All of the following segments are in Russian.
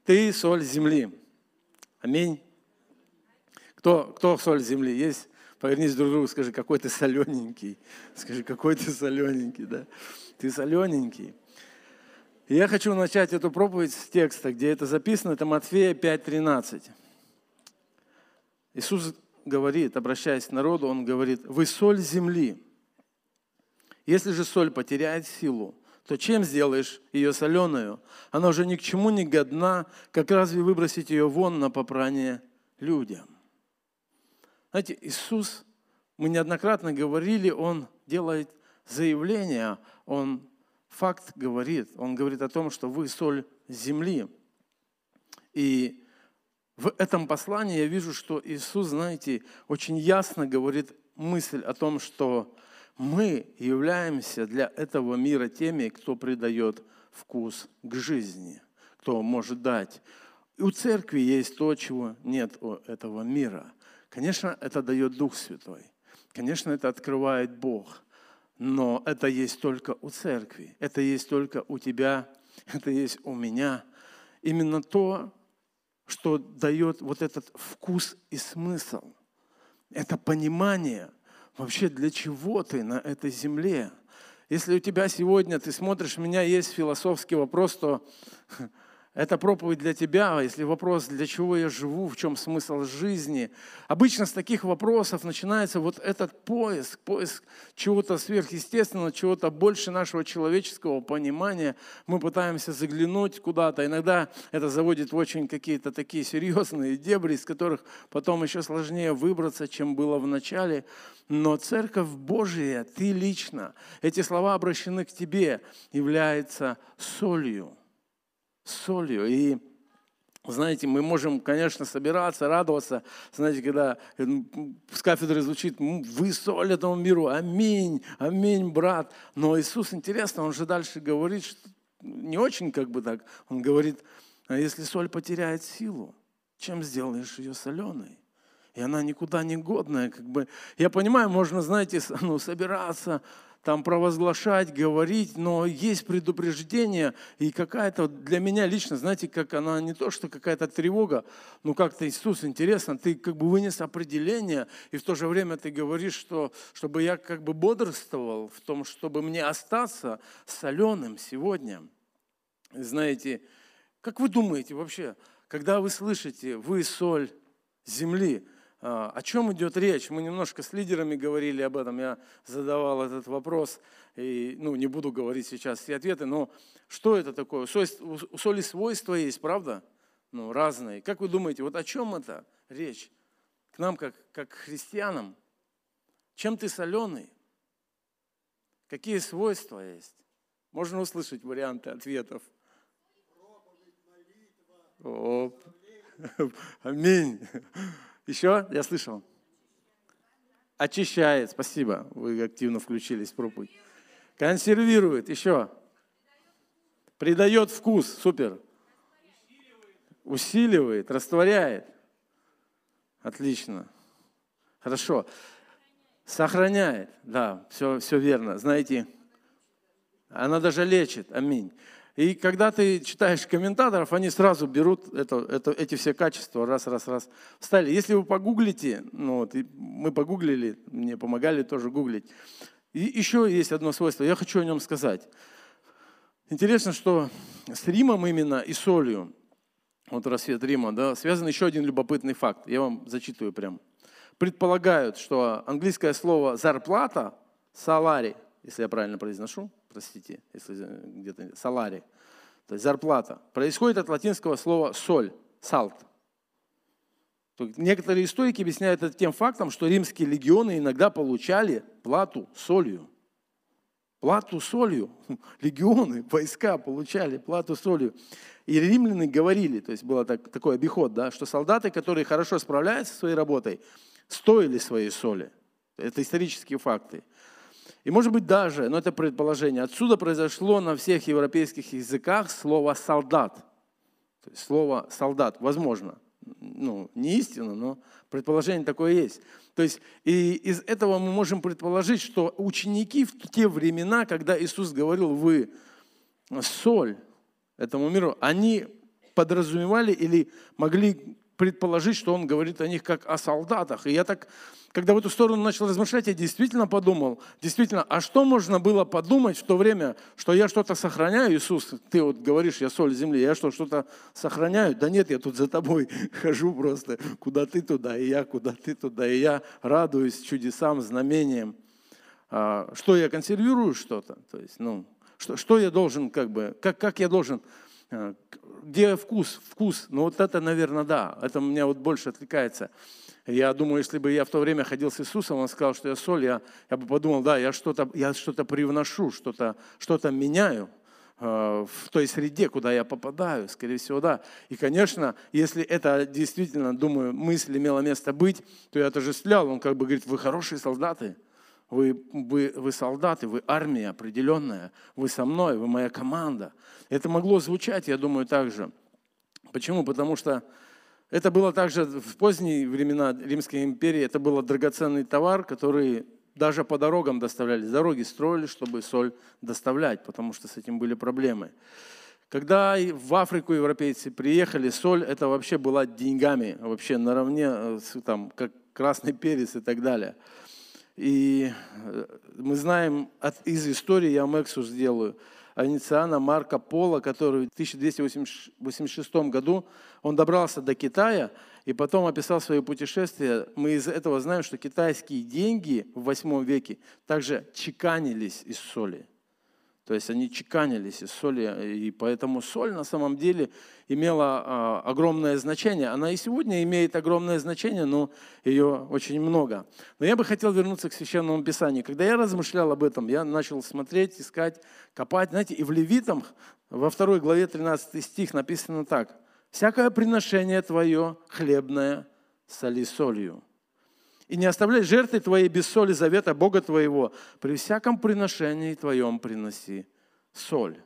Ты соль земли. Аминь. Кто соль земли? Есть? Повернись друг к другу, скажи, какой ты солененький. Скажи, какой ты солененький, да? Ты солененький. И я хочу начать эту проповедь с текста, где это записано, это Матфея 5:13. Иисус говорит, обращаясь к народу, Он говорит: вы соль земли. Если же соль потеряет силу, то чем сделаешь ее соленую? Она уже ни к чему не годна, как разве выбросить ее вон на попрание людям? Знаете, Иисус, мы неоднократно говорили, Он делает заявление, Он факт говорит. Он говорит о том, что вы соль земли. И в этом послании я вижу, что Иисус, знаете, очень ясно говорит мысль о том, что мы являемся для этого мира теми, кто придает вкус к жизни, кто может дать. И у церкви есть то, чего нет у этого мира. Конечно, это дает Дух Святой. Конечно, это открывает Бог. Но это есть только у церкви. Это есть только у тебя. Это есть у меня. Именно то, что дает вот этот вкус и смысл. Это понимание вообще, для чего ты на этой земле. Если у тебя сегодня, ты смотришь, у меня есть философский вопрос, то это проповедь для тебя. Если вопрос, для чего я живу, в чем смысл жизни. Обычно с таких вопросов начинается вот этот поиск чего-то сверхъестественного, чего-то больше нашего человеческого понимания. Мы пытаемся заглянуть куда-то. Иногда это заводит в очень какие-то такие серьезные дебри, из которых потом еще сложнее выбраться, чем было в начале. Но Церковь Божия, ты лично, эти слова обращены к тебе, является солью. Солью. И, знаете, мы можем, конечно, собираться, радоваться. Знаете, когда с кафедры звучит: вы соль этому миру, аминь, аминь, брат. Но Иисус, интересно, Он же дальше говорит, что не очень как бы так. Он говорит: а если соль потеряет силу, чем сделаешь ее соленой? И она никуда не годная. Как бы. Я понимаю, можно, знаете, собираться, там провозглашать, говорить, но есть предупреждение, и какая-то для меня лично, знаете, как она не то, что какая-то тревога, но как-то, Иисус, интересно, ты как бы вынес определение, и в то же время ты говоришь, что чтобы я как бы бодрствовал в том, чтобы мне остаться соленым сегодня. Знаете, как вы думаете вообще, когда вы слышите, вы соль земли, о чем идет речь? Мы немножко с лидерами говорили об этом, я задавал этот вопрос, и, не буду говорить сейчас все ответы, но что это такое? У соли свойства есть, правда? Разные. Как вы думаете, вот о чем это речь? К нам, как христианам, чем ты соленый? Какие свойства есть? Можно услышать варианты ответов? Аминь. Еще? Я слышал. Очищает. Спасибо. Вы активно включились в проповедь. Консервирует. Еще. Придает вкус. Супер. Усиливает. Растворяет. Отлично. Хорошо. Сохраняет. Да, все верно. Знаете, она даже лечит. Аминь. И когда ты читаешь комментаторов, они сразу берут эти все качества, раз, встали. Если вы погуглите, мы погуглили, мне помогали тоже гуглить. И еще есть одно свойство, я хочу о нем сказать. Интересно, что с Римом именно и солью, вот рассвет Рима, да, связан еще один любопытный факт. Я вам зачитываю прям. Предполагают, что английское слово «зарплата», «салари», если я правильно произношу, простите, если где-то салари, то есть зарплата, происходит от латинского слова соль, salt. Некоторые историки объясняют это тем фактом, что римские легионы иногда получали плату солью. Плату солью. Легионы, войска получали плату солью. И римляне говорили, то есть был такой обиход, да, что солдаты, которые хорошо справляются со своей работой, стоили своей соли. Это исторические факты. И может быть даже, но это предположение, отсюда произошло на всех европейских языках слово «солдат». То есть слово «солдат», возможно, не истина, но предположение такое есть. То есть и из этого мы можем предположить, что ученики в те времена, когда Иисус говорил: вы соль этому миру, они подразумевали или могли предположить, что он говорит о них как о солдатах. И я так, когда в эту сторону начал размышлять, я действительно подумал, а что можно было подумать в то время, что я что-то сохраняю, Иисус, ты вот говоришь, я соль земли, я что-то сохраняю? Да нет, я тут за тобой хожу просто, куда ты туда, и я куда ты туда, и я радуюсь чудесам, знамениям. Что я консервирую что-то? То есть, что я должен, как я должен... Где вкус? Ну вот это, наверное, да. Это у меня вот больше отвлекается. Я думаю, если бы я в то время ходил с Иисусом, он сказал, что я соль, я бы подумал, да, я что-то привношу, что-то меняю в той среде, куда я попадаю, скорее всего, да. И, конечно, если это действительно, думаю, мысль имела место быть, то я отождествлял. Он как бы говорит, вы хорошие солдаты. Вы солдаты, вы армия определенная, вы со мной, вы моя команда. Это могло звучать, я думаю, так же. Почему? Потому что это было также в поздние времена Римской империи, это был драгоценный товар, который даже по дорогам доставляли. Дороги строили, чтобы соль доставлять, потому что с этим были проблемы. Когда в Африку европейцы приехали, соль это вообще была деньгами, вообще наравне, как красный перец и так далее. И мы знаем из истории, я мексус сделаю, Венециана Марко Поло, который в 1286 году, он добрался до Китая и потом описал свое путешествие. Мы из этого знаем, что китайские деньги в 8 веке также чеканились из соли. То есть они чеканились из соли, и поэтому соль на самом деле имела огромное значение. Она и сегодня имеет огромное значение, но ее очень много. Но я бы хотел вернуться к Священному Писанию. Когда я размышлял об этом, я начал смотреть, искать, копать. Знаете, и в Левитам, во 2 главе 13 стих написано так. «Всякое приношение твое хлебное соли солью. И не оставляй жертвы твоей без соли завета Бога твоего. При всяком приношении твоем приноси соль».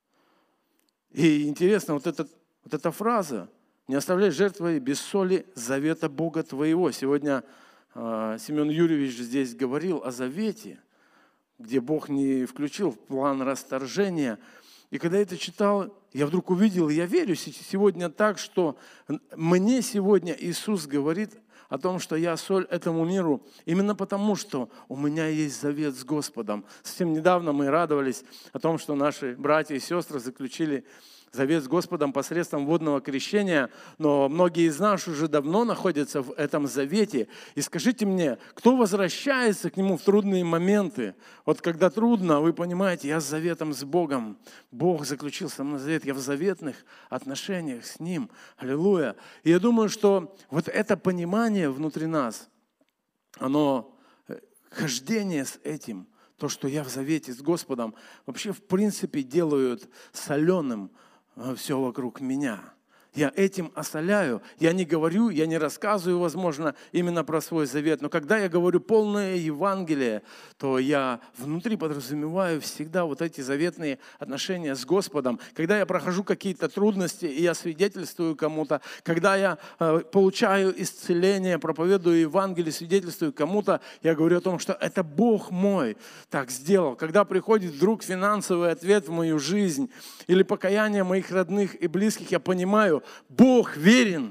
И интересно, вот эта фраза «не оставляй жертвы твоей без соли завета Бога твоего». Сегодня Семен Юрьевич здесь говорил о завете, где Бог не включил в план расторжения. И когда я это читал, я вдруг увидел, и я верю сегодня так, что мне сегодня Иисус говорит о том, что я соль этому миру, именно потому, что у меня есть завет с Господом. Совсем недавно мы радовались о том, что наши братья и сестры заключили завет с Господом посредством водного крещения, но многие из нас уже давно находятся в этом завете. И скажите мне, кто возвращается к нему в трудные моменты? Вот когда трудно, вы понимаете, я с заветом с Богом. Бог заключил со мной завет, я в заветных отношениях с Ним. Аллилуйя. И я думаю, что вот это понимание внутри нас, оно, хождение с этим, то, что я в завете с Господом, вообще в принципе делают соленым все вокруг меня. Я этим осоляю. Я не говорю, я не рассказываю, возможно, именно про свой завет. Но когда я говорю полное Евангелие, то я внутри подразумеваю всегда вот эти заветные отношения с Господом. Когда я прохожу какие-то трудности, и я свидетельствую кому-то, когда я получаю исцеление, проповедую Евангелие, свидетельствую кому-то, я говорю о том, что это Бог мой так сделал. Когда приходит вдруг финансовый ответ в мою жизнь или покаяние моих родных и близких, я понимаю, Бог верен.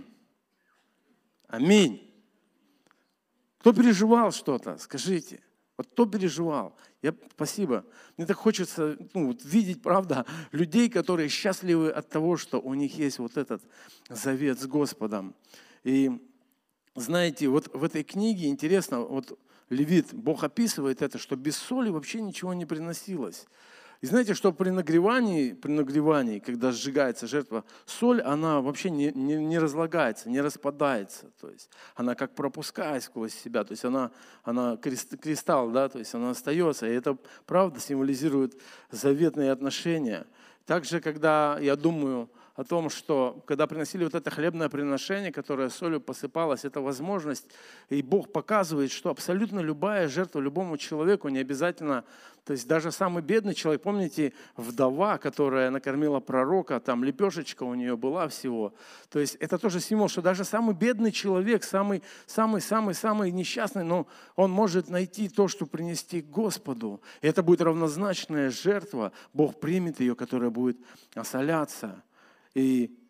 Аминь. Кто переживал что-то? Скажите. Вот кто переживал? Спасибо. Мне так хочется видеть, правда, людей, которые счастливы от того, что у них есть вот этот завет с Господом. И знаете, вот в этой книге интересно, вот Левит, Бог описывает это, что без соли вообще ничего не приносилось. И знаете, что при нагревании, когда сжигается жертва, соль, она вообще не разлагается, не распадается. То есть она как пропускает сквозь себя, то есть она кристалл, да, то есть она остается. И это, правда, символизирует заветные отношения. Также, когда я думаю о том, что когда приносили вот это хлебное приношение, которое солью посыпалось, это возможность, и Бог показывает, что абсолютно любая жертва любому человеку, не обязательно, то есть даже самый бедный человек, помните, вдова, которая накормила пророка, там лепешечка у нее была всего, то есть это тоже символ, что даже самый бедный человек, самый несчастный, но он может найти то, что принести к Господу, и это будет равнозначная жертва, Бог примет ее, которая будет осоляться. И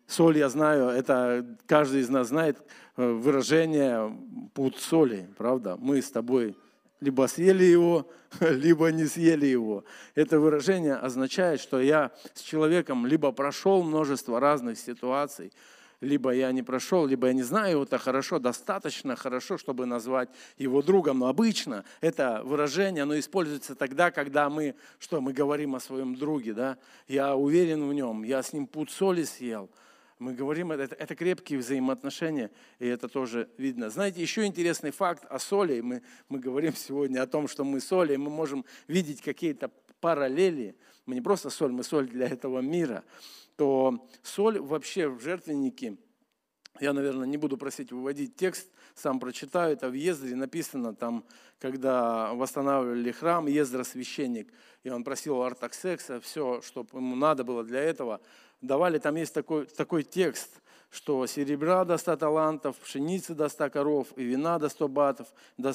Соль, я знаю, это каждый из нас знает выражение «пуд соли», правда? Мы с тобой либо съели его, либо не съели его. Это выражение означает, что я с человеком либо прошел множество разных ситуаций, либо я не прошел, либо я не знаю его так хорошо, достаточно хорошо, чтобы назвать его другом. Но обычно это выражение, оно используется тогда, когда мы говорим о своем друге, да? Я уверен в нем, я с ним пуд соли съел. Мы говорим, это крепкие взаимоотношения, и это тоже видно. Знаете, еще интересный факт о соли. Мы говорим сегодня о том, что мы соли, и мы можем видеть какие-то параллели. Мы не просто соль, мы соль для этого мира. То соль вообще в жертвеннике, я, наверное, не буду просить выводить текст, сам прочитаю, это в Ездре написано, там, когда восстанавливали храм, Ездра священник, и он просил у Артаксеркса все, что ему надо было для этого, давали, там есть такой текст, что серебра до 100 талантов, пшеницы до 100 коров, и вина до 100 батов,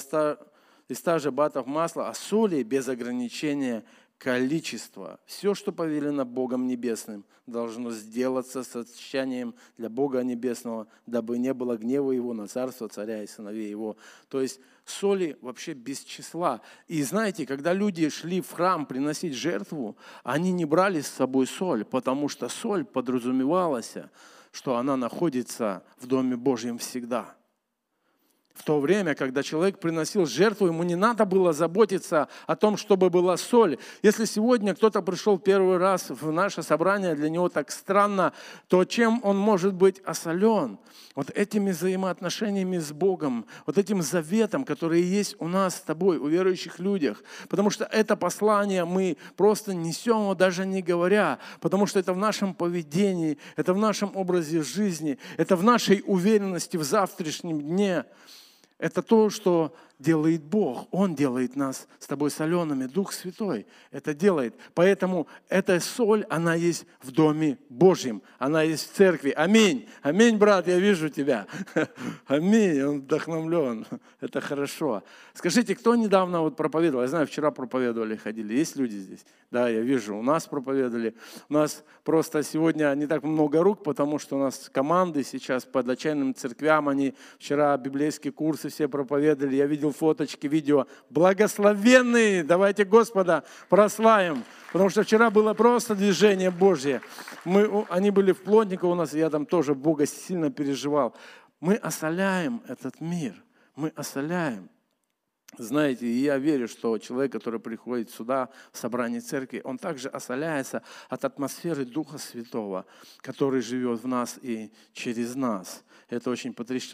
и 100 же батов масла, а соли без ограничения количества. Все, что повелено Богом Небесным, должно сделаться с очищением для Бога Небесного, дабы не было гнева Его на царство царя и сыновей Его. То есть соли вообще без числа. И знаете, когда люди шли в храм приносить жертву, они не брали с собой соль, потому что соль подразумевалась, что она находится в Доме Божьем всегда. В то время, когда человек приносил жертву, ему не надо было заботиться о том, чтобы была соль. Если сегодня кто-то пришел первый раз в наше собрание, для него так странно, то чем он может быть осолен? Вот этими взаимоотношениями с Богом, вот этим заветом, который есть у нас с тобой, у верующих людях. Потому что это послание мы просто несем его, даже не говоря, потому что это в нашем поведении, это в нашем образе жизни, это в нашей уверенности в завтрашнем дне. Это то, что делает Бог. Он делает нас с тобой солеными. Дух Святой это делает. Поэтому эта соль, она есть в Доме Божьем. Она есть в церкви. Аминь. Аминь, брат, я вижу тебя. Аминь. Он вдохновлен. Это хорошо. Скажите, кто недавно вот проповедовал? Я знаю, вчера проповедовали, ходили. Есть люди здесь? Да, я вижу. У нас проповедовали. У нас просто сегодня не так много рук, потому что у нас команды сейчас по дочерним церквям. Они вчера библейские курсы все проповедовали. Я видел фоточки, видео. Благословенные! Давайте Господа прославим. Потому что вчера было просто движение Божье. Они были в Плотниково у нас, и я там тоже Бога сильно переживал. Мы осоляем этот мир. Мы осоляем. Знаете, и я верю, что человек, который приходит сюда, в собрание церкви, он также осоляется от атмосферы Духа Святого, который живет в нас и через нас. Это очень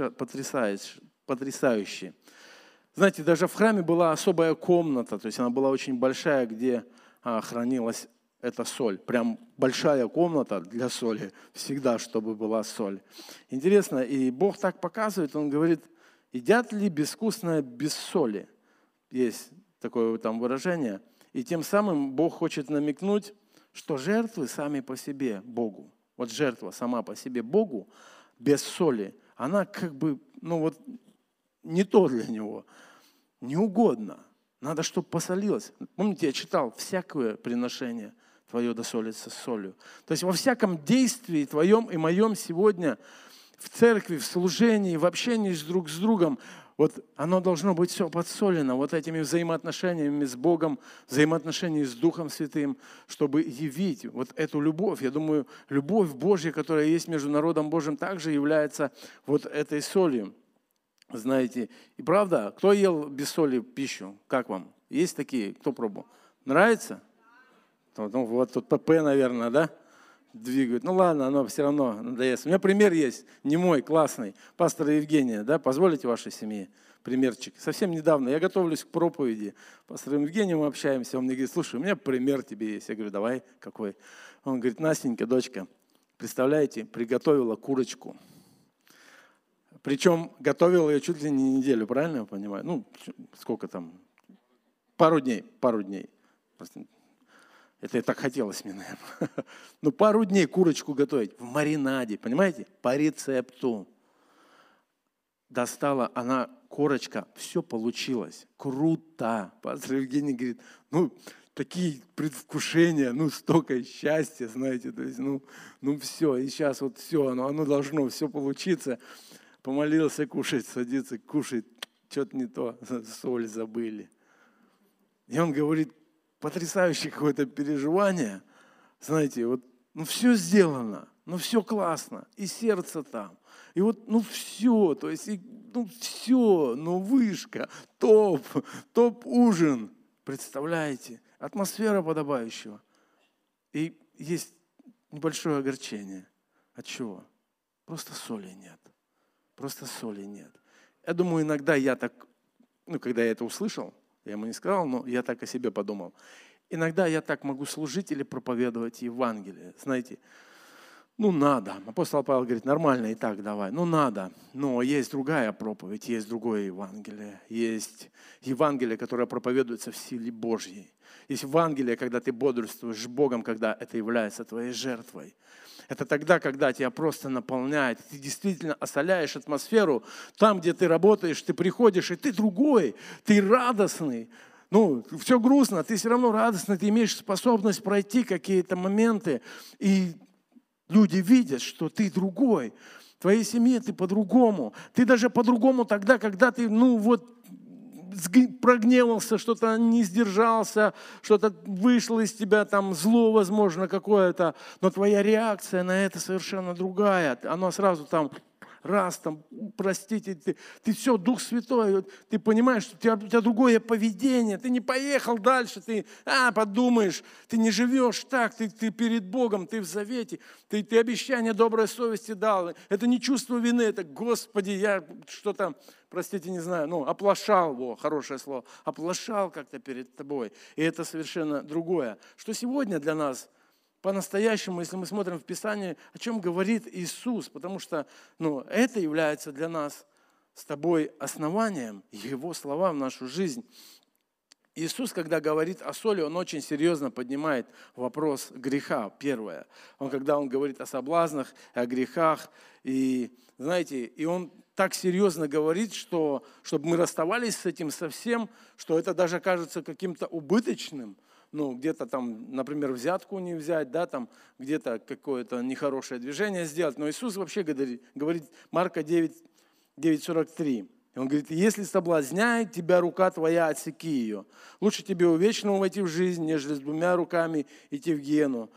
потрясающе. Знаете, даже в храме была особая комната, то есть она была очень большая, где хранилась эта соль. Прям большая комната для соли, всегда, чтобы была соль. Интересно, и Бог так показывает, Он говорит, едят ли безвкусное без соли? Есть такое там выражение. И тем самым Бог хочет намекнуть, что жертвы сами по себе Богу, вот жертва сама по себе Богу, без соли, она как бы, не то для Него, не угодно. Надо, чтобы посолилось. Помните, я читал, всякое приношение твое досолится с солью. То есть во всяком действии твоем и моем сегодня в церкви, в служении, в общении друг с другом, вот оно должно быть все подсолено вот этими взаимоотношениями с Богом, взаимоотношениями с Духом Святым, чтобы явить вот эту любовь. Я думаю, любовь Божья, которая есть между народом Божьим, также является вот этой солью. Знаете, и правда, кто ел без соли пищу? Как вам? Есть такие? Кто пробовал? Нравится? Вот тут ПП, наверное, да? Двигают. Ладно, оно все равно надоест. У меня пример есть, не мой, классный. Пастора Евгения, да? Позволите вашей семье примерчик? Совсем недавно я готовлюсь к проповеди. Пастором Евгением мы общаемся. Он мне говорит, слушай, у меня пример тебе есть. Я говорю, давай, какой? Он говорит, Настенька, дочка, представляете, приготовила курочку. Причем готовил ее чуть ли не неделю, правильно я понимаю? Сколько там? Пару дней. Это и так хотелось мне, наверное. Пару дней курочку готовить в маринаде, понимаете? По рецепту. Достала она корочка, все получилось. Круто. Пастор Евгений говорит, такие предвкушения, столько счастья, знаете, то есть, все, и сейчас вот все, оно должно все получиться. Помолился кушать, садится, кушать, что-то не то, соль забыли. И он говорит, потрясающее какое-то переживание, знаете, вот, все сделано, все классно, и сердце там, и вот, все, то есть, все, вышка, топ-ужин, представляете, атмосфера подобающего. И есть небольшое огорчение. От чего? Просто соли нет. Просто соли нет. Я думаю, иногда я так, когда я это услышал, я ему не сказал, но я так о себе подумал. Иногда я так могу служить или проповедовать Евангелие. Знаете, надо. Апостол Павел говорит, нормально и так давай. Надо. Но есть другая проповедь, есть другое Евангелие. Есть Евангелие, которое проповедуется в силе Божьей. Есть Евангелие, когда ты бодрствуешь Богом, когда это является твоей жертвой. Это тогда, когда тебя просто наполняет. Ты действительно осоляешь атмосферу. Там, где ты работаешь, ты приходишь, и ты другой, ты радостный. Все грустно, ты все равно радостный, ты имеешь способность пройти какие-то моменты. И люди видят, что ты другой. В твоей семье ты по-другому. Ты даже по-другому тогда, когда ты, прогневался, что-то не сдержался, что-то вышло из тебя, там зло, возможно, какое-то, но твоя реакция на это совершенно другая. Оно сразу там, простите, ты все, Дух Святой, ты понимаешь, что у тебя другое поведение, ты не поехал дальше, ты подумаешь, ты не живешь так, ты перед Богом, ты в завете, ты обещание доброй совести дал. Это не чувство вины, это, Господи, я что-то, простите, не знаю, оплошал, хорошее слово, оплошал как-то перед тобой. И это совершенно другое. Что сегодня для нас по-настоящему, если мы смотрим в Писании, о чем говорит Иисус, потому что это является для нас с тобой основанием, Его слова в нашу жизнь. Иисус, когда говорит о соли, Он очень серьезно поднимает вопрос греха, первое. Когда Он говорит о соблазнах, о грехах, и, знаете, и Он так серьезно говорит, что, чтобы мы расставались с этим совсем, что это даже кажется каким-то убыточным, где-то там, например, взятку не взять, где-то какое-то нехорошее движение сделать. Но Иисус вообще говорит, Марка 9:43. Он говорит, если соблазняет тебя рука твоя, отсеки ее. Лучше тебе увечно войти в жизнь, нежели с 2 руками идти в гиену,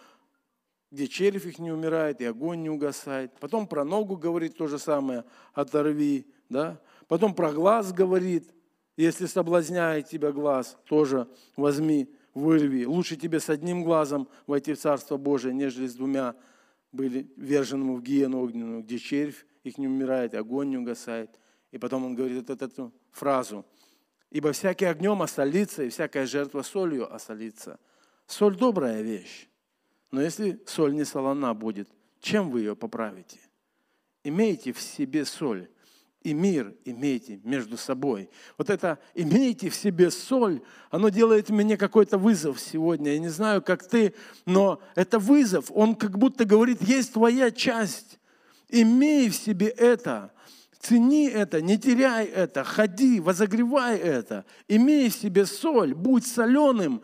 где червь их не умирает и огонь не угасает. Потом про ногу говорит то же самое, оторви. Потом про глаз говорит, если соблазняет тебя глаз, тоже возьми, вырви. Лучше тебе с 1 глазом войти в Царство Божие, нежели с 2 были вверженному в гиену огненную, где червь их не умирает, огонь не угасает. И потом он говорит эту фразу. Ибо всякий огнем осолится, и всякая жертва солью осолится. Соль добрая вещь, но если соль не солона будет, чем вы ее поправите? Имейте в себе соль, и мир имейте между собой. Вот это «имейте в себе соль», оно делает мне какой-то вызов сегодня. Я не знаю, как ты, но это вызов. Он как будто говорит, есть твоя часть. Имей в себе это. Цени это, не теряй это, ходи, возогревай это. Имей в себе соль, будь соленым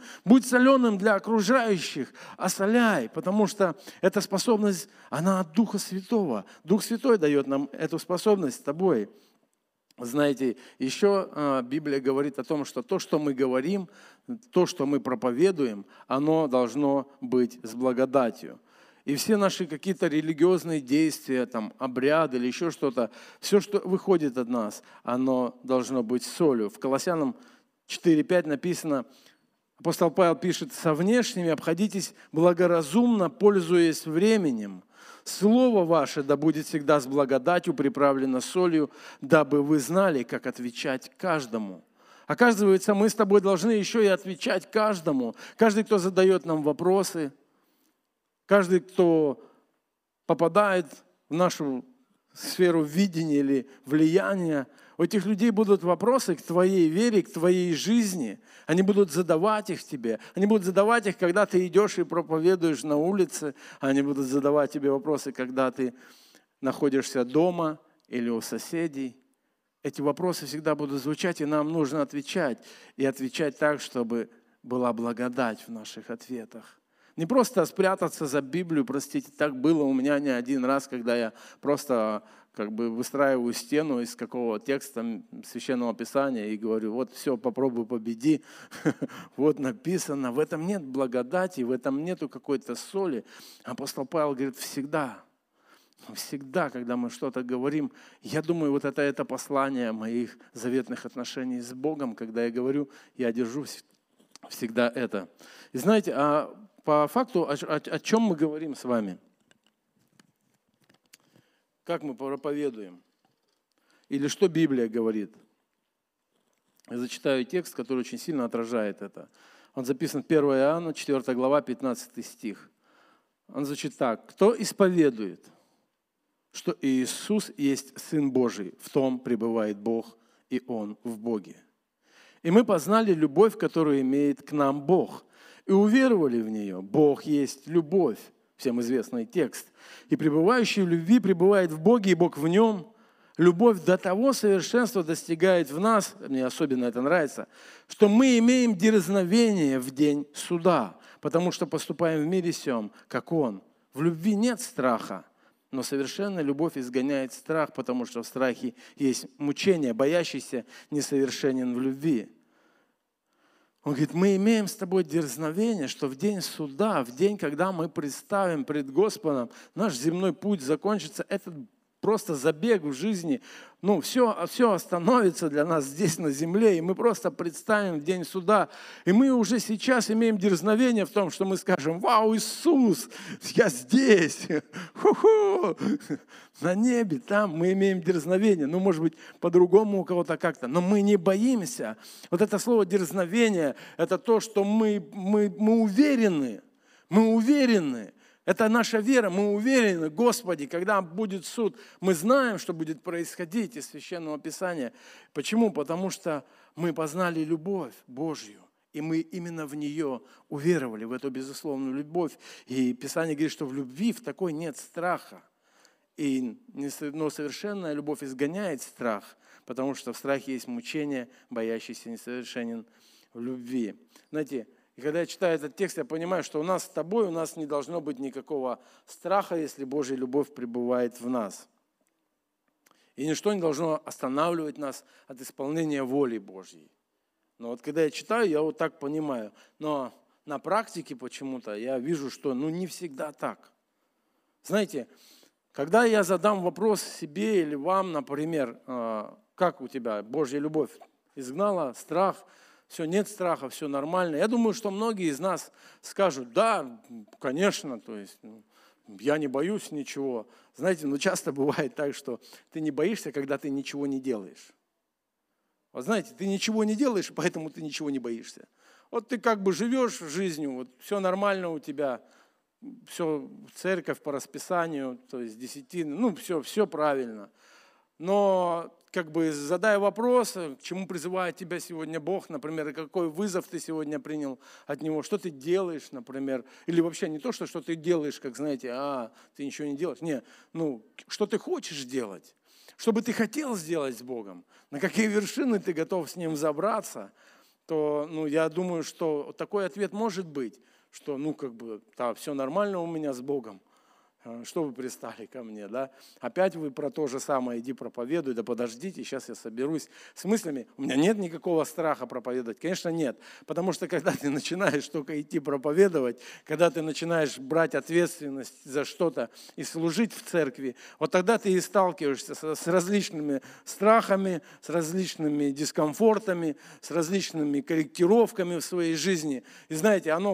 для окружающих, осоляй, потому что эта способность, она от Духа Святого. Дух Святой дает нам эту способность с тобой. Знаете, еще Библия говорит о том, что то, что мы говорим, то, что мы проповедуем, оно должно быть с благодатью. И все наши какие-то религиозные действия, обряды или еще что-то, все, что выходит от нас, оно должно быть солью. В Колоссянам 4:5 написано, апостол Павел пишет, «Со внешними обходитесь благоразумно, пользуясь временем. Слово ваше да будет всегда с благодатью приправлено солью, дабы вы знали, как отвечать каждому». Оказывается, мы с тобой должны еще и отвечать каждому. Каждый, кто задает нам вопросы, каждый, кто попадает в нашу сферу видения или влияния, у этих людей будут вопросы к твоей вере, к твоей жизни. Они будут задавать их тебе. Они будут задавать их, когда ты идешь и проповедуешь на улице. Они будут задавать тебе вопросы, когда ты находишься дома или у соседей. Эти вопросы всегда будут звучать, и нам нужно отвечать. И отвечать так, чтобы была благодать в наших ответах. Не просто спрятаться за Библию, простите, так было у меня не один раз, когда я просто выстраиваю стену из какого текста Священного Писания и говорю, вот все, попробуй победи, вот написано. В этом нет благодати, в этом нету какой-то соли. Апостол Павел говорит, всегда, когда мы что-то говорим, я думаю, вот это послание моих заветных отношений с Богом, когда я говорю, я держу всегда это. И знаете, по факту, о чем мы говорим с вами? Как мы проповедуем? Или что Библия говорит? Я зачитаю текст, который очень сильно отражает это. Он записан 1 Иоанна, 4 глава, 15 стих. Он звучит так. «Кто исповедует, что Иисус есть Сын Божий, в том пребывает Бог, и Он в Боге. И мы познали любовь, которую имеет к нам Бог, и уверовали в нее. Бог есть любовь». Всем известный текст. «И пребывающий в любви пребывает в Боге, и Бог в нем. Любовь до того совершенства достигает в нас», мне особенно это нравится, «что мы имеем дерзновение в день суда, потому что поступаем в мире сем, как Он. В любви нет страха, но совершенная любовь изгоняет страх, потому что в страхе есть мучение, боящийся несовершенен в любви». Он говорит, мы имеем с тобой дерзновение, что в день суда, в день, когда мы представим пред Господом, наш земной путь закончится, этот просто забег в жизни, все остановится для нас здесь на земле, и мы просто представим в день суда. И мы уже сейчас имеем дерзновение в том, что мы скажем, вау, Иисус, я здесь, ху-ху, на небе, там мы имеем дерзновение. Может быть, по-другому у кого-то как-то, но мы не боимся. Вот это слово дерзновение, это то, что мы уверены, Это наша вера, мы уверены, Господи, когда будет суд, мы знаем, что будет происходить из Священного Писания. Почему? Потому что мы познали любовь Божью, и мы именно в нее уверовали, в эту безусловную любовь. И Писание говорит, что в любви в такой нет страха. Но совершенная любовь изгоняет страх, потому что в страхе есть мучение, боящийся несовершенен в любви. Знаете, и когда я читаю этот текст, я понимаю, что у нас с тобой, у нас не должно быть никакого страха, если Божья любовь пребывает в нас. И ничто не должно останавливать нас от исполнения воли Божьей. Но вот когда я читаю, я вот так понимаю. Но на практике почему-то я вижу, что не всегда так. Знаете, когда я задам вопрос себе или вам, например, как у тебя Божья любовь изгнала страх, все, нет страха, все нормально. Я думаю, что многие из нас скажут, да, конечно, то есть я не боюсь ничего. Знаете, часто бывает так, что ты не боишься, когда ты ничего не делаешь. Вот знаете, ты ничего не делаешь, поэтому ты ничего не боишься. Вот ты живешь жизнью, вот все нормально у тебя, все церковь по расписанию, то есть десятины, все правильно. Но задая вопрос, к чему призывает тебя сегодня Бог, например, и какой вызов ты сегодня принял от Него, что ты делаешь, например, или вообще не то, что ты делаешь, как знаете, ты ничего не делаешь, нет, что ты хочешь делать, что бы ты хотел сделать с Богом, на какие вершины ты готов с Ним забраться, то, я думаю, что такой ответ может быть, что, все нормально у меня с Богом. Что вы пристали ко мне, да? Опять вы про то же самое, иди проповедуй, да подождите, сейчас я соберусь с мыслями. У меня нет никакого страха проповедовать, конечно, нет. Потому что когда ты начинаешь только идти проповедовать, когда ты начинаешь брать ответственность за что-то и служить в церкви, вот тогда ты и сталкиваешься с различными страхами, с различными дискомфортами, с различными корректировками в своей жизни. И знаете, оно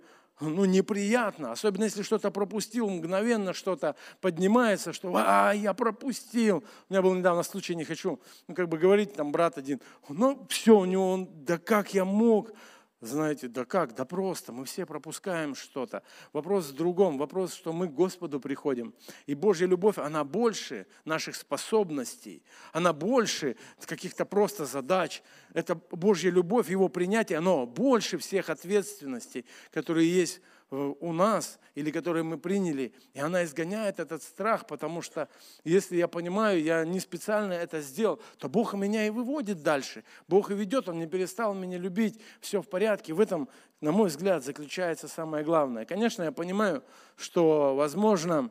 неприятно, особенно если что-то пропустил, мгновенно что-то поднимается, что я пропустил. У меня был недавно случай, не хочу, говорить, брат один, все, у него, да как я мог, знаете, да как, да просто, мы все пропускаем что-то. Вопрос в другом, вопрос, что мы к Господу приходим. И Божья любовь, она больше наших способностей, она больше каких-то просто задач. Это Божья любовь, Его принятие, оно больше всех ответственностей, которые есть у нас, или которые мы приняли, и она изгоняет этот страх, потому что если я понимаю, я не специально это сделал, то Бог меня и выводит дальше. Бог и ведет, Он не перестал меня любить, все в порядке. В этом, на мой взгляд, заключается самое главное. Конечно, я понимаю, что, возможно,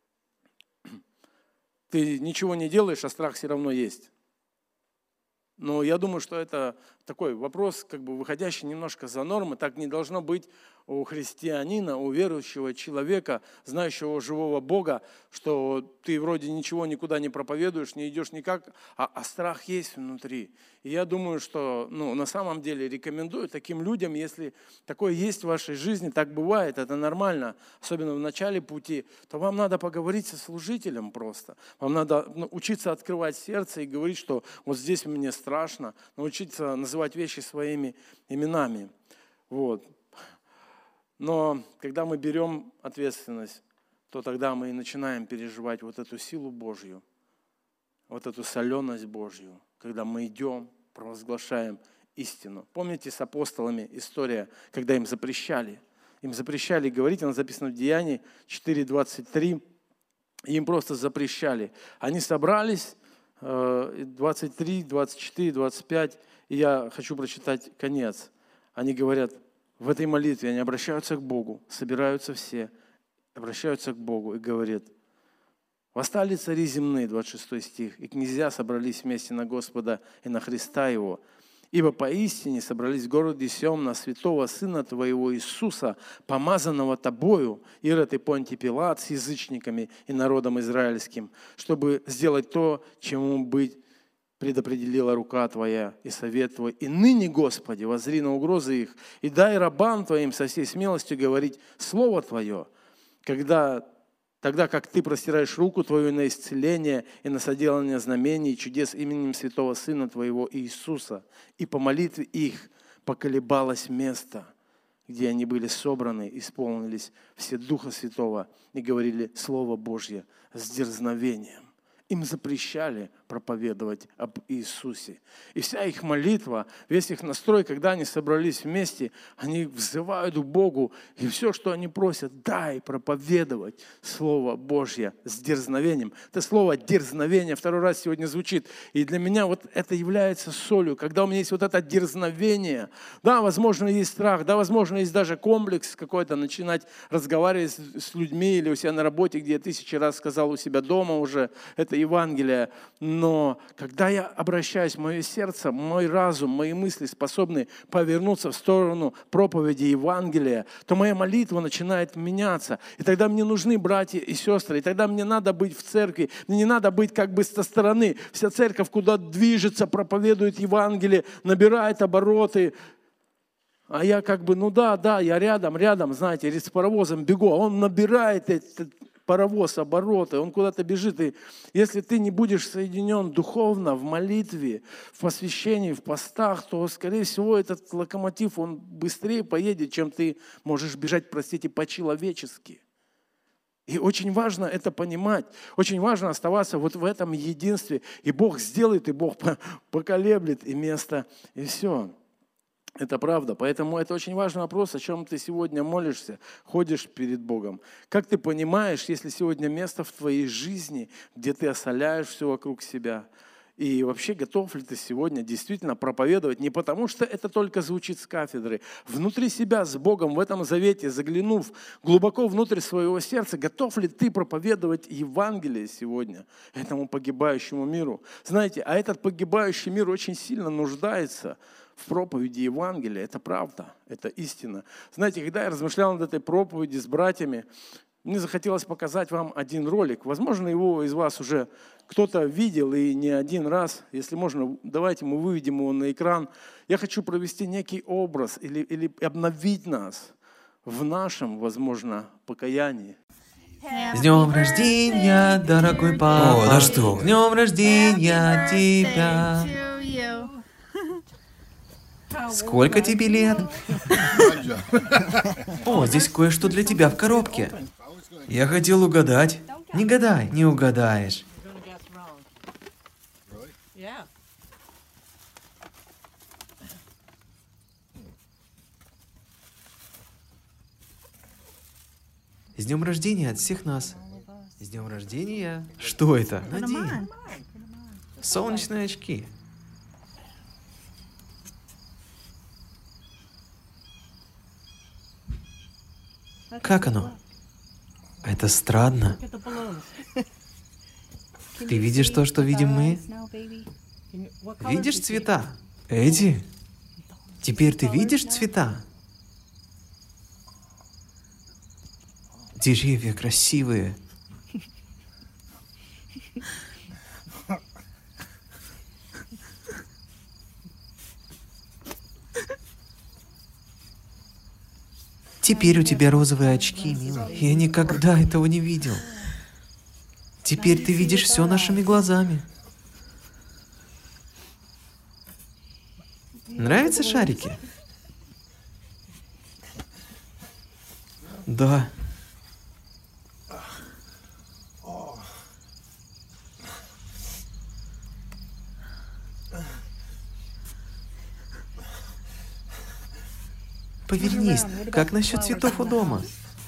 ты ничего не делаешь, а страх все равно есть. Но я думаю, что это такой вопрос, как бы выходящий немножко за нормы. Так не должно быть у христианина, у верующего человека, знающего живого Бога, что ты вроде ничего никуда не проповедуешь, не идешь никак, а страх есть внутри. И я думаю, что на самом деле рекомендую таким людям, если такое есть в вашей жизни, так бывает, это нормально, особенно в начале пути, то вам надо поговорить со служителем просто. Вам надо учиться открывать сердце и говорить, что вот здесь мне страшно, научиться называть вещи своими именами. Вот. Но когда мы берем ответственность, то тогда мы и начинаем переживать вот эту силу Божью, вот эту соленость Божью, когда мы идем, провозглашаем истину. Помните с апостолами история, когда им запрещали? Им запрещали говорить, она записана в Деянии 4:23, им просто запрещали. Они собрались, 23, 24, 25, и я хочу прочитать конец. Они говорят, в этой молитве они обращаются к Богу, собираются все, обращаются к Богу и говорят, «Восстали цари земные», 26 стих, «и князья собрались вместе на Господа и на Христа Его, ибо поистине собрались в городе сем на святого Сына Твоего Иисуса, помазанного Тобою, Ирод и Понтий Пилат с язычниками и народом израильским, чтобы сделать то, чему быть предопределила рука Твоя и совет Твой. И ныне, Господи, воззри на угрозы их, и дай рабам Твоим со всей смелостью говорить Слово Твое, тогда как Ты простираешь руку Твою на исцеление и на соделание знамений и чудес именем святого Сына Твоего Иисуса. И по молитве их поколебалось место, где они были собраны, исполнились все Духа Святого и говорили Слово Божье с дерзновением. Им запрещали проповедовать об Иисусе. И вся их молитва, весь их настрой, когда они собрались вместе, они взывают к Богу, и все, что они просят, дай проповедовать Слово Божье с дерзновением. Это слово «дерзновение» второй раз сегодня звучит. И для меня вот это является солью, когда у меня есть вот это дерзновение. Да, возможно, есть страх, да, возможно, есть даже комплекс какой-то, начинать разговаривать с людьми или у себя на работе, где я 1000 раз сказал у себя дома уже, это Евангелие. Но когда я обращаюсь, мое сердце, мой разум, мои мысли способны повернуться в сторону проповеди Евангелия, то моя молитва начинает меняться. И тогда мне нужны братья и сестры, и тогда мне надо быть в церкви, мне не надо быть как бы со стороны. Вся церковь куда движется, проповедует Евангелие, набирает обороты. А я как бы, я рядом, знаете, с паровозом бегу, а он набирает этот паровоз, обороты, он куда-то бежит. И если ты не будешь соединен духовно в молитве, в посвящении, в постах, то, скорее всего, этот локомотив, он быстрее поедет, чем ты можешь бежать, по-человечески. И очень важно это понимать, очень важно оставаться вот в этом единстве. И Бог сделает, и Бог поколеблет, и место, и все. Это правда. Поэтому это очень важный вопрос, о чем ты сегодня молишься, ходишь перед Богом. Как ты понимаешь, если сегодня место в твоей жизни, где ты осоляешь все вокруг себя, и вообще готов ли ты сегодня действительно проповедовать, не потому что это только звучит с кафедры, внутри себя с Богом, в этом завете, заглянув глубоко внутрь своего сердца, готов ли ты проповедовать Евангелие сегодня этому погибающему миру? Знаете, а этот погибающий мир очень сильно нуждается в проповеди Евангелия. Это правда, это истина. Знаете, когда я размышлял над этой проповедью с братьями, мне захотелось показать вам один ролик. Возможно, его из вас уже кто-то видел и не один раз. Если можно, давайте мы выведем его на экран. Я хочу провести некий образ или обновить нас в нашем, возможно, покаянии. С днем рождения, дорогой папа! О, да что вы. С днем рождения тебя! Сколько тебе лет? О, здесь кое-что для тебя в коробке. Я хотел угадать. Не гадай, не угадаешь. С днем рождения от всех нас. С днем рождения. Что это? Надень. Солнечные очки. Как оно? Это странно. Ты видишь то, что видим мы? Видишь цвета? Эдди? Теперь ты видишь цвета? Деревья красивые. Теперь у тебя розовые очки, милый. Я никогда этого не видел. Теперь ты видишь все нашими глазами. Нравятся шарики? Да. Повернись. Как насчет цветов у дома?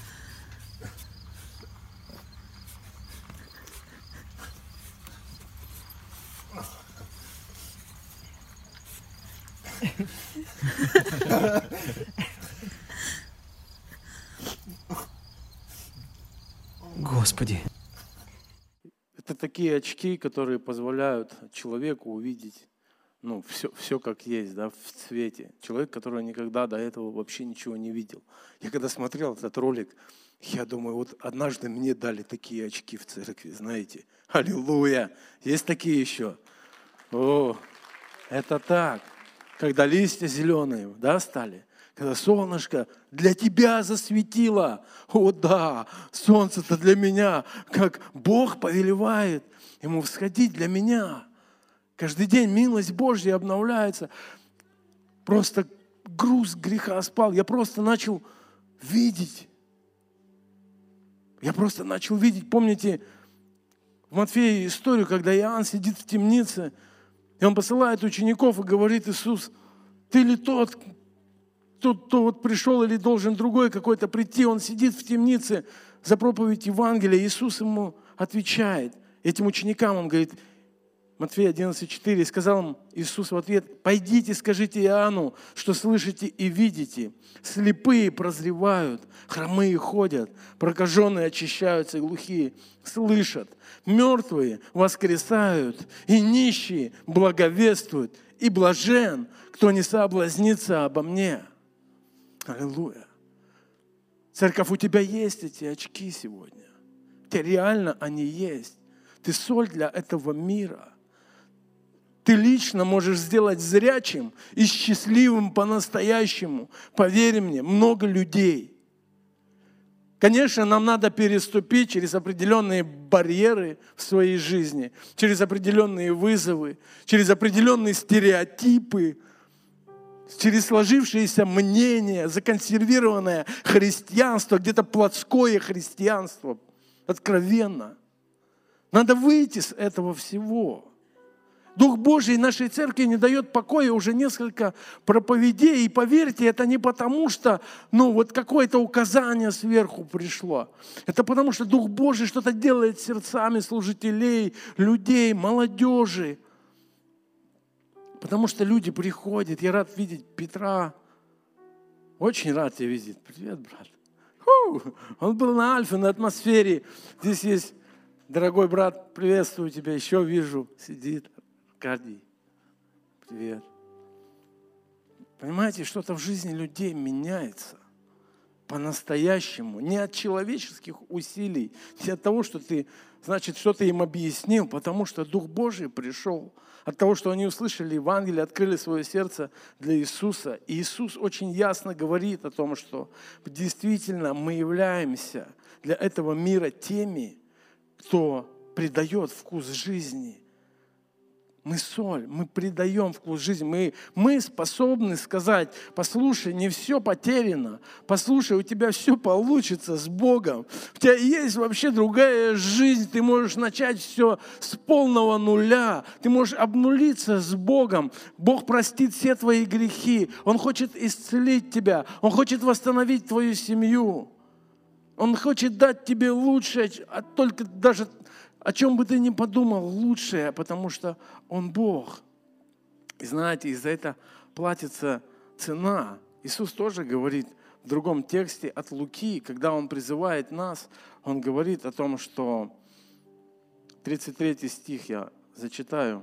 Господи. Это такие очки, которые позволяют человеку увидеть все как есть, да, в цвете. Человек, который никогда до этого вообще ничего не видел. Я когда смотрел этот ролик, я думаю, вот однажды мне дали такие очки в церкви, знаете. Аллилуйя! Есть такие еще? О, это так. Когда листья зеленые, да, стали? Когда солнышко для тебя засветило. О да, солнце-то для меня, как Бог повелевает ему всходить для меня. Каждый день милость Божья обновляется. Просто груз греха спал. Я просто начал видеть. Помните, в Матфея историю, когда Иоанн сидит в темнице, и он посылает учеников и говорит: Иисус, ты ли тот, кто вот пришел, или должен другой какой-то прийти? Он сидит в темнице за проповедь Евангелия. Иисус ему отвечает. Этим ученикам он говорит, Матфея 11:4, сказал им Иисус в ответ: «Пойдите, скажите Иоанну, что слышите и видите. Слепые прозревают, хромые ходят, прокаженные очищаются, и глухие слышат, мертвые воскресают, и нищие благовествуют, и блажен, кто не соблазнится обо мне». Аллилуйя. Церковь, у тебя есть эти очки сегодня. У тебя реально они есть. Ты соль для этого мира. Ты лично можешь сделать зрячим и счастливым по-настоящему. Поверь мне, много людей. Конечно, нам надо переступить через определенные барьеры в своей жизни, через определенные вызовы, через определенные стереотипы, через сложившиеся мнения, законсервированное христианство, где-то плотское христианство, откровенно. Надо выйти с этого всего. Дух Божий нашей церкви не дает покоя уже несколько проповедей. И поверьте, это не потому, что вот какое-то указание сверху пришло. Это потому, что Дух Божий что-то делает с сердцами служителей, людей, молодежи. Потому что люди приходят. Я рад видеть Петра. Очень рад тебя видеть. Привет, брат. Он был на Альфе, на атмосфере. Здесь есть дорогой брат. Приветствую тебя. Еще вижу. Сидит. Аркадий. Привет. Понимаете, что-то в жизни людей меняется. По-настоящему. Не от человеческих усилий. Не от того, что ты, что-то им объяснил. Потому что Дух Божий пришел. От того, что они услышали Евангелие, открыли свое сердце для Иисуса. И Иисус очень ясно говорит о том, что действительно мы являемся для этого мира теми, кто придает вкус жизни. Мы соль, мы придаем вкус жизни. Мы способны сказать: послушай, не все потеряно. Послушай, у тебя все получится с Богом. У тебя есть вообще другая жизнь. Ты можешь начать все с полного нуля. Ты можешь обнулиться с Богом. Бог простит все твои грехи. Он хочет исцелить тебя. Он хочет восстановить твою семью. Он хочет дать тебе лучшее, только даже о чем бы ты ни подумал, лучшее, потому что Он Бог. И знаете, из-за этого платится цена. Иисус тоже говорит в другом тексте от Луки, когда Он призывает нас, Он говорит о том, что 33 стих я зачитаю.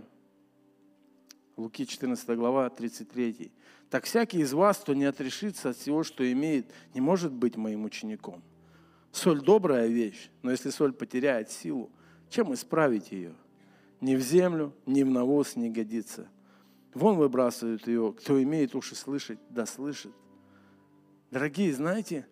Луки 14 глава, 33. «Так всякий из вас, кто не отрешится от всего, что имеет, не может быть моим учеником. Соль – добрая вещь, но если соль потеряет силу, чем исправить ее? Ни в землю, ни в навоз не годится. Вон выбрасывают ее, кто имеет уши слышать, да слышит». Дорогие, знаете,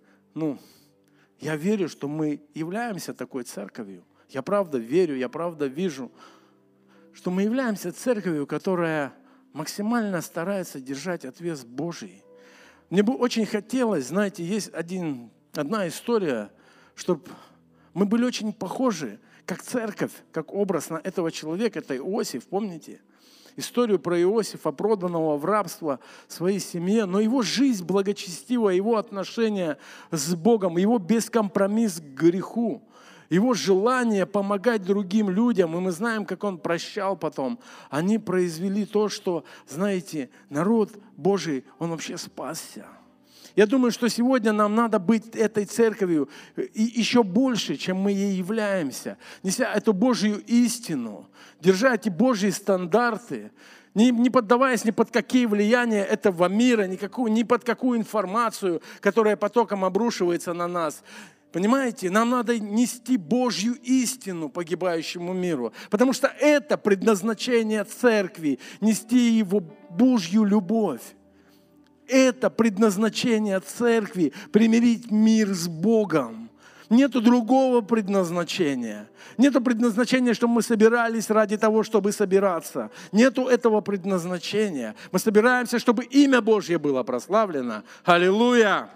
я верю, что мы являемся такой церковью. Я правда верю, я правда вижу, что мы являемся церковью, которая максимально старается держать отвес Божий. Мне бы очень хотелось, знаете, есть одна история, чтобы мы были очень похожи, как церковь, как образ на этого человека, это Иосиф, помните? Историю про Иосифа, проданного в рабство своей семье, но его жизнь благочестивая, его отношение с Богом, его бескомпромисс к греху, его желание помогать другим людям, и мы знаем, как он прощал потом, они произвели то, что, знаете, народ Божий, он вообще спасся. Я думаю, что сегодня нам надо быть этой церковью и еще больше, чем мы ей являемся, неся эту Божью истину, держа эти Божьи стандарты, не поддаваясь ни под какие влияния этого мира, ни под какую информацию, которая потоком обрушивается на нас. Понимаете, нам надо нести Божью истину погибающему миру, потому что это предназначение церкви, нести его Божью любовь. Это предназначение церкви – примирить мир с Богом. Нету другого предназначения. Нету предназначения, чтобы мы собирались ради того, чтобы собираться. Нету этого предназначения. Мы собираемся, чтобы имя Божье было прославлено. Аллилуйя!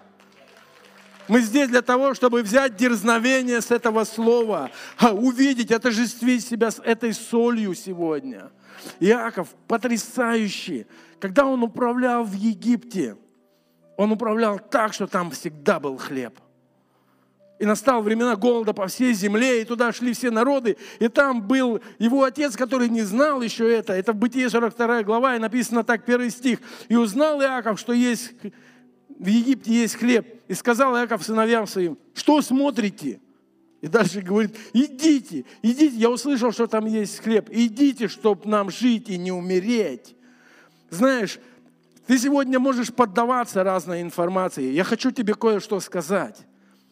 Мы здесь для того, чтобы взять дерзновение с этого слова, увидеть, отождествить себя с этой солью сегодня. Иаков потрясающий. Когда он управлял в Египте, он управлял так, что там всегда был хлеб. И настало времена голода по всей земле, и туда шли все народы, и там был его отец, который не знал еще это. Это в Бытие 42 глава, и написано так, 1 стих. «И узнал Иаков, что в Египте есть хлеб. И сказал Иаков сыновьям своим: что смотрите?» И дальше говорит: идите, я услышал, что там есть хлеб. Идите, чтобы нам жить и не умереть. Знаешь, ты сегодня можешь поддаваться разной информации. Я хочу тебе кое-что сказать.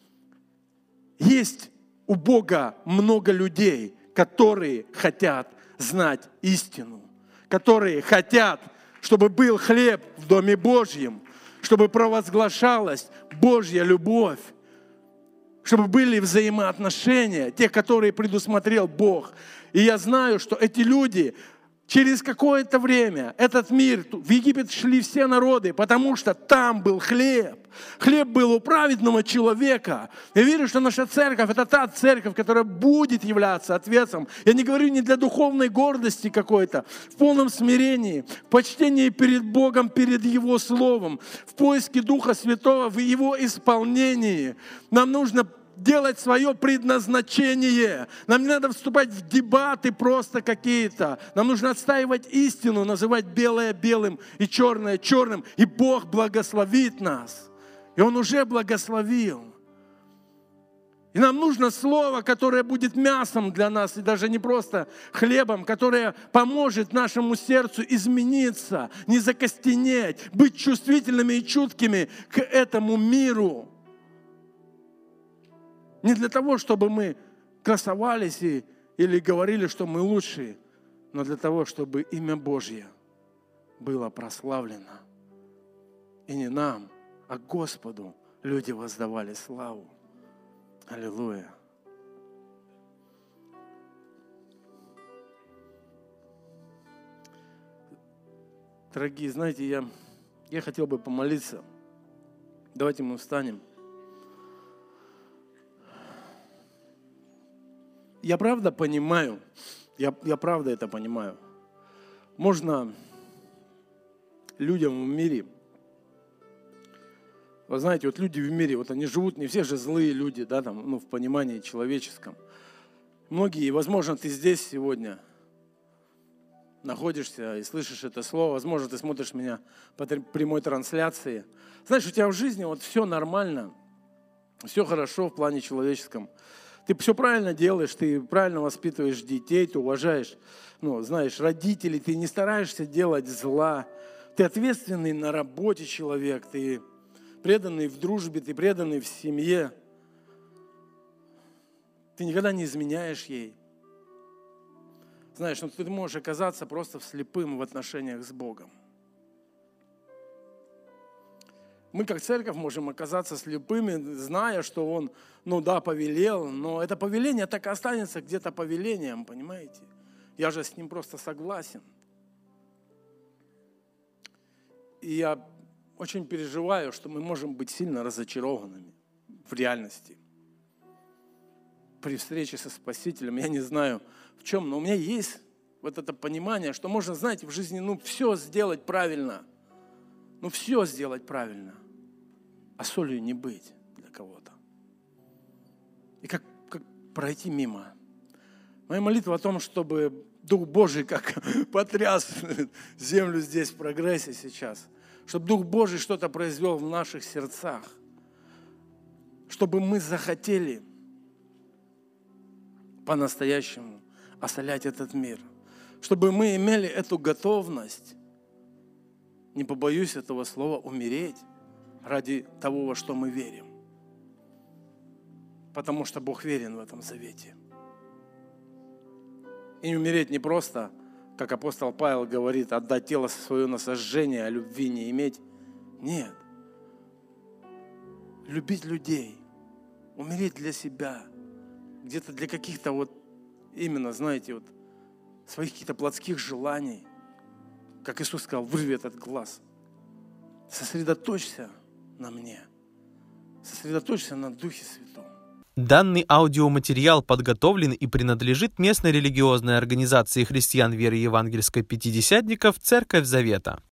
Есть у Бога много людей, которые хотят знать истину, которые хотят, чтобы был хлеб в Доме Божьем, чтобы провозглашалась Божья любовь, чтобы были взаимоотношения, те, которые предусмотрел Бог. И я знаю, что эти люди через какое-то время, этот мир, в Египет шли все народы, потому что там был хлеб. Хлеб был у праведного человека. Я верю, что наша церковь – это та церковь, которая будет являться ответом. Я не говорю не для духовной гордости какой-то, в полном смирении, в почтении перед Богом, перед Его Словом, в поиске Духа Святого, в Его исполнении. Нам нужно делать свое предназначение. Нам не надо вступать в дебаты просто какие-то. Нам нужно отстаивать истину, называть белое белым и черное черным. И Бог благословит нас. И Он уже благословил. И нам нужно слово, которое будет мясом для нас, и даже не просто хлебом, которое поможет нашему сердцу измениться, не закостенеть, быть чувствительными и чуткими к этому миру. Не для того, чтобы мы красовались или говорили, что мы лучшие, но для того, чтобы имя Божье было прославлено. И не нам, а Господу люди воздавали славу. Аллилуйя. Дорогие, знаете, я хотел бы помолиться. Давайте мы встанем. Я правда понимаю, я правда это понимаю. Можно людям в мире Вы знаете, вот люди в мире, вот они живут, не все же злые люди, да, там, ну, в понимании человеческом. Многие, возможно, ты здесь сегодня находишься и слышишь это слово, возможно, ты смотришь меня по прямой трансляции. Знаешь, у тебя в жизни вот все нормально, все хорошо в плане человеческом. Ты все правильно делаешь, ты правильно воспитываешь детей, ты уважаешь, ну, знаешь, родителей, ты не стараешься делать зла. Ты ответственный на работе человек, ты преданный в дружбе, ты преданный в семье. Ты никогда не изменяешь ей. Знаешь, ну, ты можешь оказаться просто слепым в отношениях с Богом. Мы, как церковь, можем оказаться слепыми, зная, что Он, ну да, повелел, но это повеление так и останется где-то повелением, понимаете? Я же с ним просто согласен. И я очень переживаю, что мы можем быть сильно разочарованными в реальности. При встрече со Спасителем, я не знаю в чем, но у меня есть вот это понимание, что можно, знаете, в жизни, ну, все сделать правильно. Ну, все сделать правильно, а солью не быть для кого-то. И как пройти мимо. Моя молитва о том, чтобы Дух Божий как потряс землю здесь в прогрессе сейчас, чтобы Дух Божий что-то произвел в наших сердцах, чтобы мы захотели по-настоящему осолять этот мир, чтобы мы имели эту готовность, не побоюсь этого слова, умереть ради того, во что мы верим. Потому что Бог верен в этом завете. И умереть не просто, как апостол Павел говорит, отдать тело свое на сожжение, а любви не иметь. Нет. Любить людей, умереть для себя, где-то для каких-то вот, именно, знаете, вот, своих каких-то плотских желаний. Как Иисус сказал, вырви этот глаз. Сосредоточься на мне. Сосредоточься на Духе Святом. Данный аудиоматериал подготовлен и принадлежит местной религиозной организации христиан веры евангельской пятидесятников «Церковь Завета».